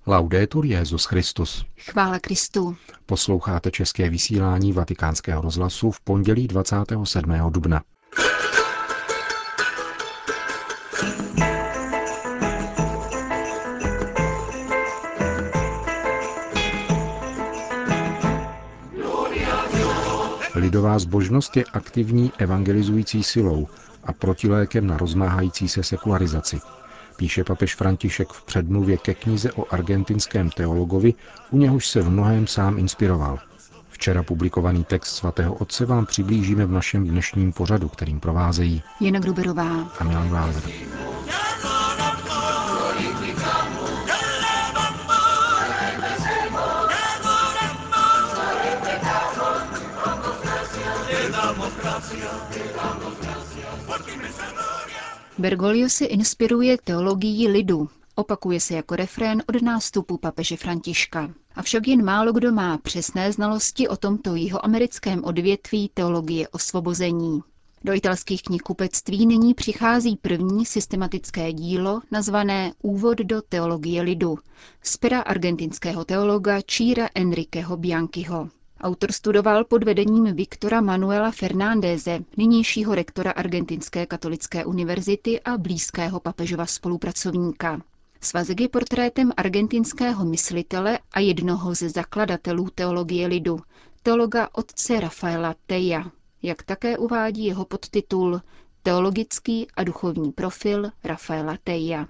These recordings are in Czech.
Laudetur Jesus Christus. Chvála Kristu. Posloucháte české vysílání Vatikánského rozhlasu v pondělí 27. dubna. Lidová zbožnost je aktivní evangelizující silou a protilékem na rozmáhající se sekularizaci, píše papež František v předmluvě ke knize o argentinském teologovi, u něhož se v mnohém sám inspiroval. Včera publikovaný text svatého otce vám přiblížíme v našem dnešním pořadu, kterým provázejí Jana Gruberová a Milan Glázer. Bergoglio se inspiruje teologií lidu. Opakuje se jako refrén od nástupu papeže Františka. Avšak jen málo kdo má přesné znalosti o tomto jihoamerickém odvětví teologie osvobození. Do italských knihkupectví nyní přichází první systematické dílo nazvané Úvod do teologie lidu z pera argentinského teologa Cira Enriqueho Bianchiho. Autor studoval pod vedením Viktora Manuela Fernándeze, nynějšího rektora Argentinské katolické univerzity a blízkého papežova spolupracovníka. Svazek je portrétem argentinského myslitele a jednoho ze zakladatelů teologie lidu, teologa otce Rafaela Teja, jak také uvádí jeho podtitul Teologický a duchovní profil Rafaela Teja.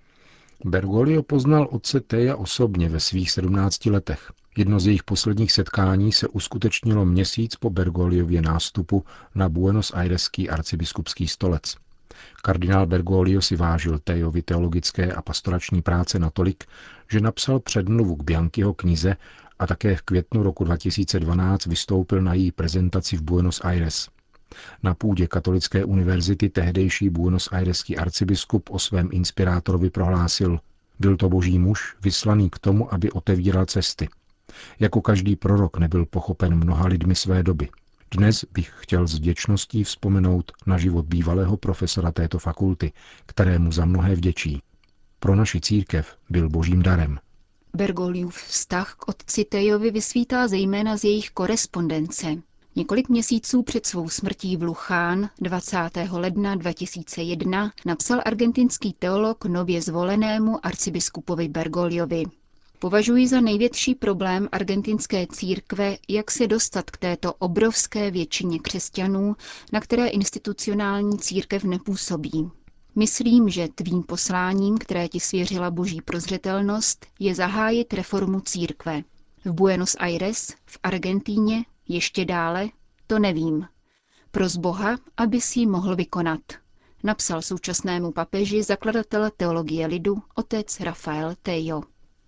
Bergoglio poznal otce Teja osobně ve svých 17 letech. Jedno z jejich posledních setkání se uskutečnilo měsíc po Bergogliově nástupu na Buenos Aireský arcibiskupský stolec. Kardinál Bergoglio si vážil Tejovi teologické a pastorační práce natolik, že napsal předmluvu k Bianchiho knize a také v květnu roku 2012 vystoupil na její prezentaci v Buenos Aires. Na půdě Katolické univerzity tehdejší Buenos Aireský arcibiskup o svém inspirátorovi prohlásil: byl to boží muž, vyslaný k tomu, aby otevíral cesty. Jako každý prorok nebyl pochopen mnoha lidmi své doby. Dnes bych chtěl s vděčností vzpomenout na život bývalého profesora této fakulty, kterému za mnohé vděčí. Pro naši církev byl božím darem. Bergogliův vztah k otci Tejovi vysvítá zejména z jejich korespondence. Několik měsíců před svou smrtí v Luchán 20. ledna 2001 napsal argentinský teolog nově zvolenému arcibiskupovi Bergogliovi: považuji za největší problém argentinské církve, jak se dostat k této obrovské většině křesťanů, na které institucionální církev nepůsobí. Myslím, že tvým posláním, které ti svěřila boží prozřetelnost, je zahájit reformu církve. V Buenos Aires, v Argentíně, ještě dále, to nevím. Pros Boha, aby si ji mohl vykonat, napsal současnému papeži zakladatel teologie lidu otec Rafael Tejo.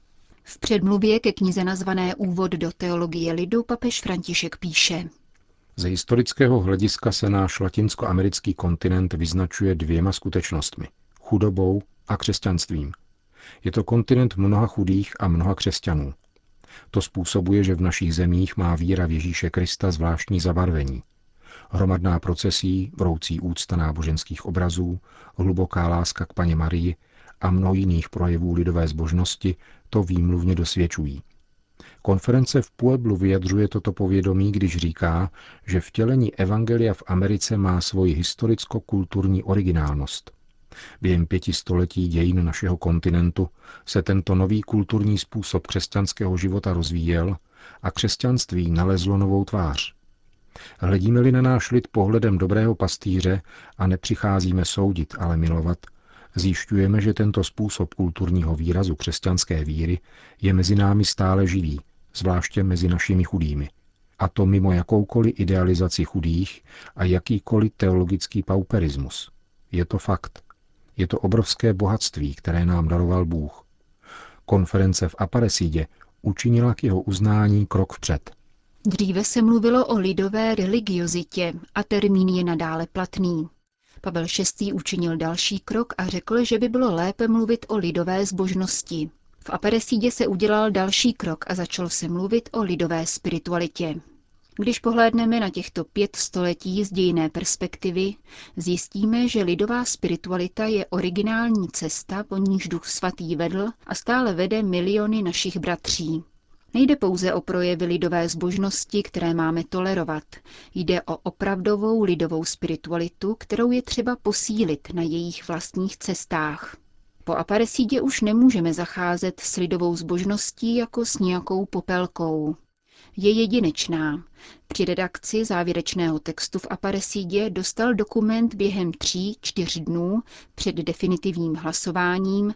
V předmluvě ke knize nazvané Úvod do teologie lidu papež František píše: Ze historického hlediska se náš latinskoamerický kontinent vyznačuje dvěma skutečnostmi – chudobou a křesťanstvím. Je to kontinent mnoha chudých a mnoha křesťanů. To způsobuje, že v našich zemích má víra v Ježíše Krista zvláštní zabarvení. Hromadná procesí, vroucí úcta náboženských obrazů, hluboká láska k Panně Marii a mnoho jiných projevů lidové zbožnosti to výmluvně dosvědčují. Konference v Pueblu vyjadřuje toto povědomí, když říká, že vtělení evangelia v Americe má svoji historicko-kulturní originálnost. Během 500 dějin našeho kontinentu se tento nový kulturní způsob křesťanského života rozvíjel a křesťanství nalezlo novou tvář. Hledíme-li na náš lid pohledem dobrého pastýře a nepřicházíme soudit, ale milovat, zjišťujeme, že tento způsob kulturního výrazu křesťanské víry je mezi námi stále živý, zvláště mezi našimi chudými. A to mimo jakoukoliv idealizaci chudých a jakýkoliv teologický pauperismus. Je to fakt. Je to obrovské bohatství, které nám daroval Bůh. Konference v Aparecidě učinila k jeho uznání krok vpřed. Dříve se mluvilo o lidové religiozitě a termín je nadále platný. Pavel VI. Učinil další krok a řekl, že by bylo lépe mluvit o lidové zbožnosti. V Aparecidě se udělal další krok a začalo se mluvit o lidové spiritualitě. Když pohlédneme na těchto 5 století z dějinné perspektivy, zjistíme, že lidová spiritualita je originální cesta, po níž Duch Svatý vedl a stále vede miliony našich bratří. Nejde pouze o projevy lidové zbožnosti, které máme tolerovat. Jde o opravdovou lidovou spiritualitu, kterou je třeba posílit na jejich vlastních cestách. Po Aparecidě už nemůžeme zacházet s lidovou zbožností jako s nějakou popelkou. Je jedinečná. Při redakci závěrečného textu v Aparecidě dostal dokument během 3-4 dnů před definitivním hlasováním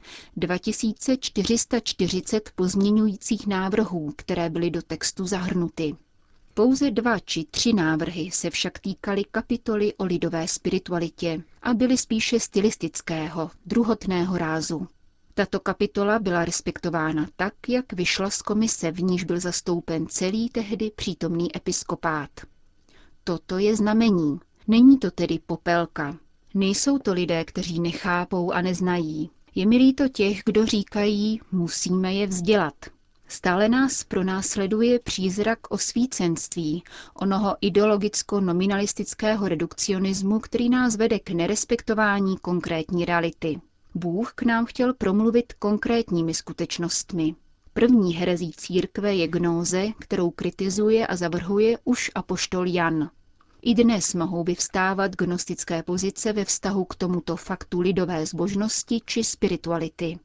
2440 pozměňujících návrhů, které byly do textu zahrnuty. Pouze 2 či 3 návrhy se však týkaly kapitoly o lidové spiritualitě a byly spíše stylistického, druhotného rázu. Tato kapitola byla respektována tak, jak vyšla z komise, v níž byl zastoupen celý tehdy přítomný episkopát. Toto je znamení. Není to tedy popelka. Nejsou to lidé, kteří nechápou a neznají. Je mi líto těch, kdo říkají, musíme je vzdělat. Stále nás pronásleduje přízrak osvícenství, onoho ideologicko-nominalistického redukcionismu, který nás vede k nerespektování konkrétní reality. Bůh k nám chtěl promluvit konkrétními skutečnostmi. První herezí církve je gnóze, kterou kritizuje a zavrhuje už apoštol Jan. I dnes mohou vyvstávat gnostické pozice ve vztahu k tomuto faktu lidové zbožnosti či spirituality.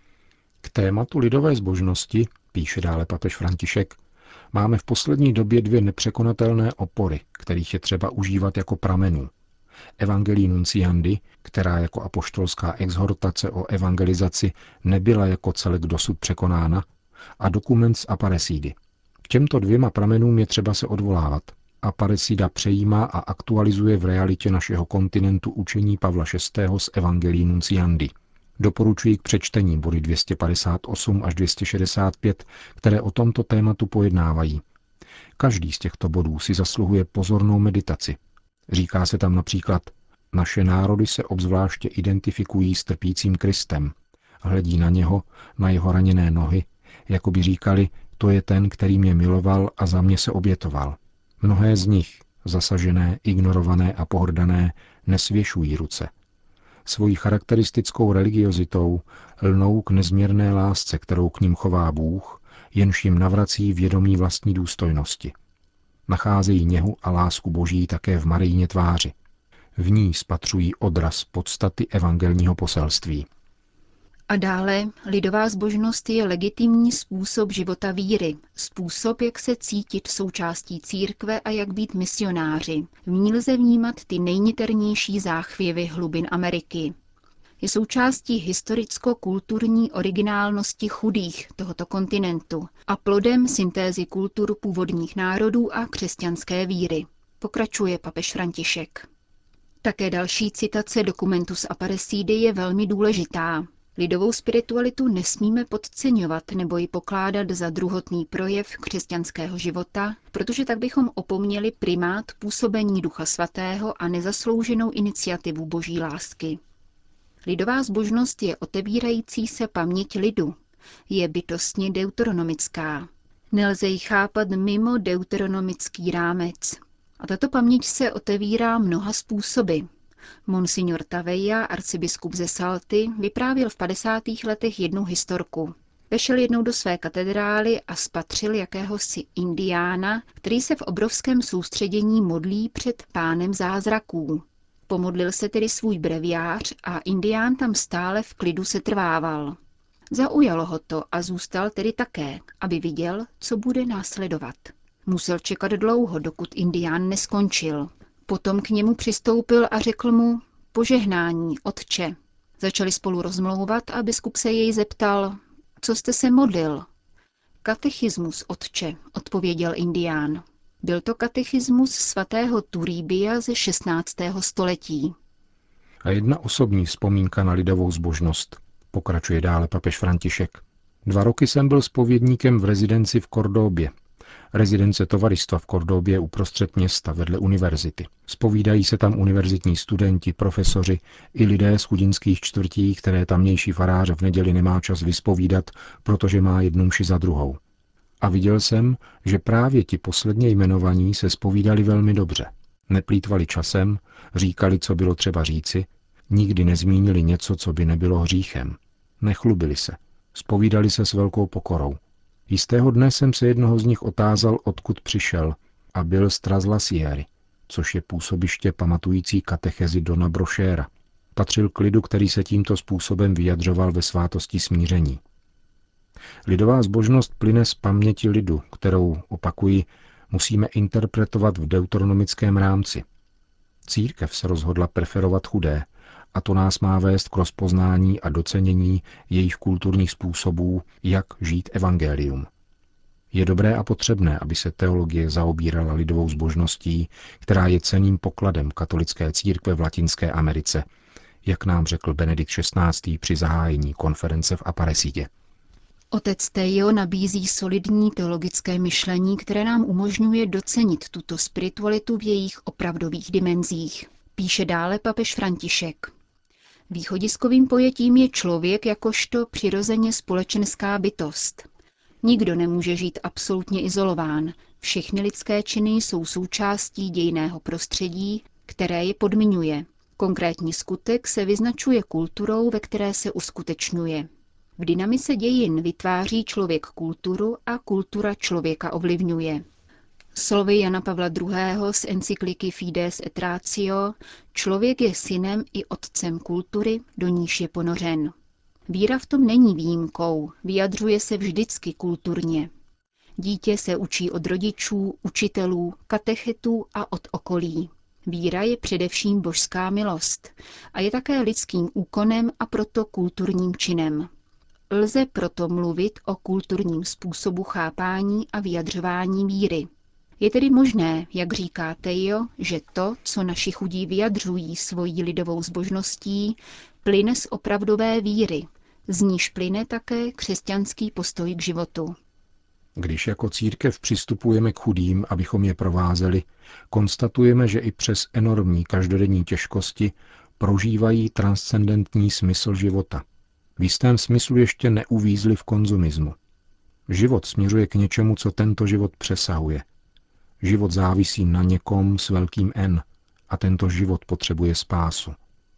K tématu lidové zbožnosti, píše dále papež František, máme v poslední době 2 nepřekonatelné opory, kterých je třeba užívat jako pramenů. Evangelii Nunciandi, která jako apoštolská exhortace o evangelizaci nebyla jako celek dosud překonána, a dokument z Aparecidy. K těmto 2 pramenům je třeba se odvolávat. Aparecida přejímá a aktualizuje v realitě našeho kontinentu učení Pavla VI. Z Evangelii Nunciandi. Doporučuji k přečtení body 258 až 265, které o tomto tématu pojednávají. Každý z těchto bodů si zasluhuje pozornou meditaci. Říká se tam například, naše národy se obzvláště identifikují s trpícím Kristem. Hledí na něho, na jeho raněné nohy, jako by říkali, to je ten, který mě miloval a za mě se obětoval. Mnohé z nich, zasažené, ignorované a pohrdané, nesvěšují ruce. Svojí charakteristickou religiozitou lnou k nezměrné lásce, kterou k nim chová Bůh, jenž jim navrací vědomí vlastní důstojnosti. Nacházejí něhu a lásku Boží také v Marijně tváři. V ní spatřují odraz podstaty evangelního poselství. A dále, lidová zbožnost je legitimní způsob života víry, způsob, jak se cítit součástí církve a jak být misionáři. V ní lze vnímat ty nejniternější záchvěvy hlubin Ameriky. Je součástí historicko-kulturní originálnosti chudých tohoto kontinentu a plodem syntézy kultur původních národů a křesťanské víry, pokračuje papež František. Také další citace dokumentu z Aparecidy je velmi důležitá. Lidovou spiritualitu nesmíme podceňovat nebo ji pokládat za druhotný projev křesťanského života, protože tak bychom opomněli primát působení Ducha Svatého a nezaslouženou iniciativu Boží lásky. Lidová zbožnost je otevírající se paměť lidu. Je bytostně deuteronomická. Nelze ji chápat mimo deuteronomický rámec. A tato paměť se otevírá mnoha způsoby. Monsignor Taveja, arcibiskup ze Salty, vyprávěl v 50. letech jednu historku. Vešel jednou do své katedrály a spatřil jakéhosi indiána, který se v obrovském soustředění modlí před Pánem zázraků. Pomodlil se tedy svůj breviář a indián tam stále v klidu setrvával. Zaujalo ho to a zůstal tedy také, aby viděl, co bude následovat. Musel čekat dlouho, dokud indián neskončil. Potom k němu přistoupil a řekl mu, požehnání, otče. Začali spolu rozmlouvat a biskup se jej zeptal, co jste se modlil? Katechismus, otče, odpověděl indián. Byl to katechismus svatého Turíbia ze 16. století. A jedna osobní vzpomínka na lidovou zbožnost, pokračuje dále papež František. 2 roky jsem byl zpovědníkem v rezidenci v Kordóbě. Rezidence tovaristva v Kordóbě uprostřed města vedle univerzity. Zpovídají se tam univerzitní studenti, profesoři i lidé z chudinských čtvrtí, které tamnější farář v neděli nemá čas vyspovídat, protože má jednu mši za druhou. A viděl jsem, že právě ti posledně jmenovaní se zpovídali velmi dobře. Neplýtvali časem, říkali, co bylo třeba říci, nikdy nezmínili něco, co by nebylo hříchem. Nechlubili se, zpovídali se s velkou pokorou. Jistého dne jsem se jednoho z nich otázal, odkud přišel, a byl z Traslasiery, což je působiště pamatující katechezi Dona Brošéra. Patřil k lidu, který se tímto způsobem vyjadřoval ve svátosti smíření. Lidová zbožnost plyne z paměti lidu, kterou, opakuji, musíme interpretovat v deuteronomickém rámci. Církev se rozhodla preferovat chudé, a to nás má vést k rozpoznání a docenění jejich kulturních způsobů, jak žít evangelium. Je dobré a potřebné, aby se teologie zaobírala lidovou zbožností, která je cenným pokladem katolické církve v Latinské Americe, jak nám řekl Benedikt XVI. Při zahájení konference v Aparecidě. Otec Tejo nabízí solidní teologické myšlení, které nám umožňuje docenit tuto spiritualitu v jejich opravdových dimenzích. Píše dále papež František. Východiskovým pojetím je člověk jakožto přirozeně společenská bytost. Nikdo nemůže žít absolutně izolován. Všechny lidské činy jsou součástí dějinného prostředí, které je podmiňuje. Konkrétní skutek se vyznačuje kulturou, ve které se uskutečňuje. V dynamice dějin vytváří člověk kulturu a kultura člověka ovlivňuje. Slovy Jana Pavla II. Z encykliky Fides et Ratio, člověk je synem i otcem kultury, do níž je ponořen. Víra v tom není výjimkou, vyjadřuje se vždycky kulturně. Dítě se učí od rodičů, učitelů, katechetů a od okolí. Víra je především božská milost a je také lidským úkonem a proto kulturním činem. Lze proto mluvit o kulturním způsobu chápání a vyjadřování víry. Je tedy možné, jak říká Tejo, že to, co naši chudí vyjadřují svojí lidovou zbožností, plyne z opravdové víry, z níž plyne také křesťanský postoj k životu. Když jako církev přistupujeme k chudým, abychom je provázeli, konstatujeme, že i přes enormní každodenní těžkosti prožívají transcendentní smysl života. V jistém smyslu ještě neuvízli v konzumismu. Život směřuje k něčemu, co tento život přesahuje. Život závisí na někom s velkým N a tento život potřebuje spásu.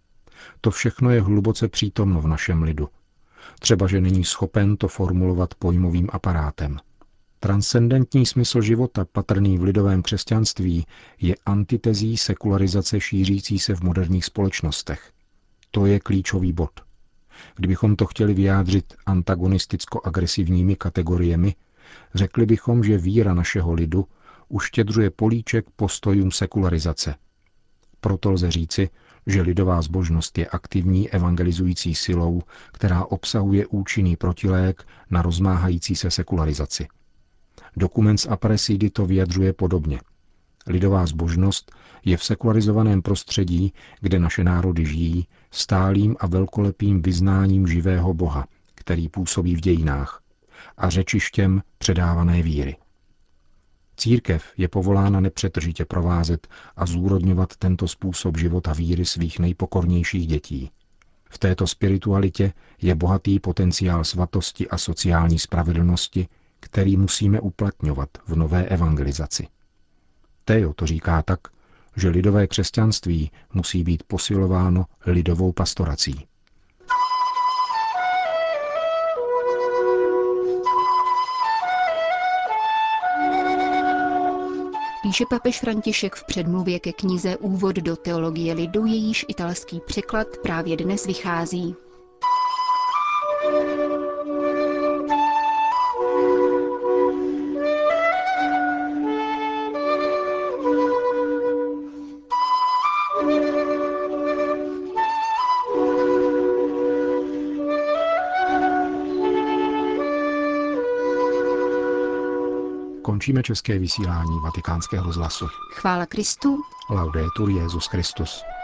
To všechno je hluboce přítomno v našem lidu. Třeba, že není schopen to formulovat pojmovým aparátem. Transcendentní smysl života, patrný v lidovém křesťanství, je antitezí sekularizace šířící se v moderních společnostech. To je klíčový bod. Kdybychom to chtěli vyjádřit antagonisticko-agresivními kategoriemi, řekli bychom, že víra našeho lidu uštědřuje políček postojům sekularizace. Proto lze říci, že lidová zbožnost je aktivní evangelizující silou, která obsahuje účinný protilék na rozmáhající se sekularizaci. Dokument z Aparecidy to vyjadřuje podobně. Lidová zbožnost je v sekularizovaném prostředí, kde naše národy žijí, stálým a velkolepým vyznáním živého Boha, který působí v dějinách, a řečištěm předávané víry. Církev je povolána nepřetržitě provázet a zúrodňovat tento způsob života víry svých nejpokornějších dětí. V této spiritualitě je bohatý potenciál svatosti a sociální spravedlnosti, který musíme uplatňovat v nové evangelizaci. Tejo to říká tak, že lidové křesťanství musí být posilováno lidovou pastorací. Píše papež František v předmluvě ke knize Úvod do teologie lidu, jejíž italský překlad právě dnes vychází. Končíme české vysílání Vatikánského rozhlasu. Chvála Kristu. Laudetur Jesus Christus.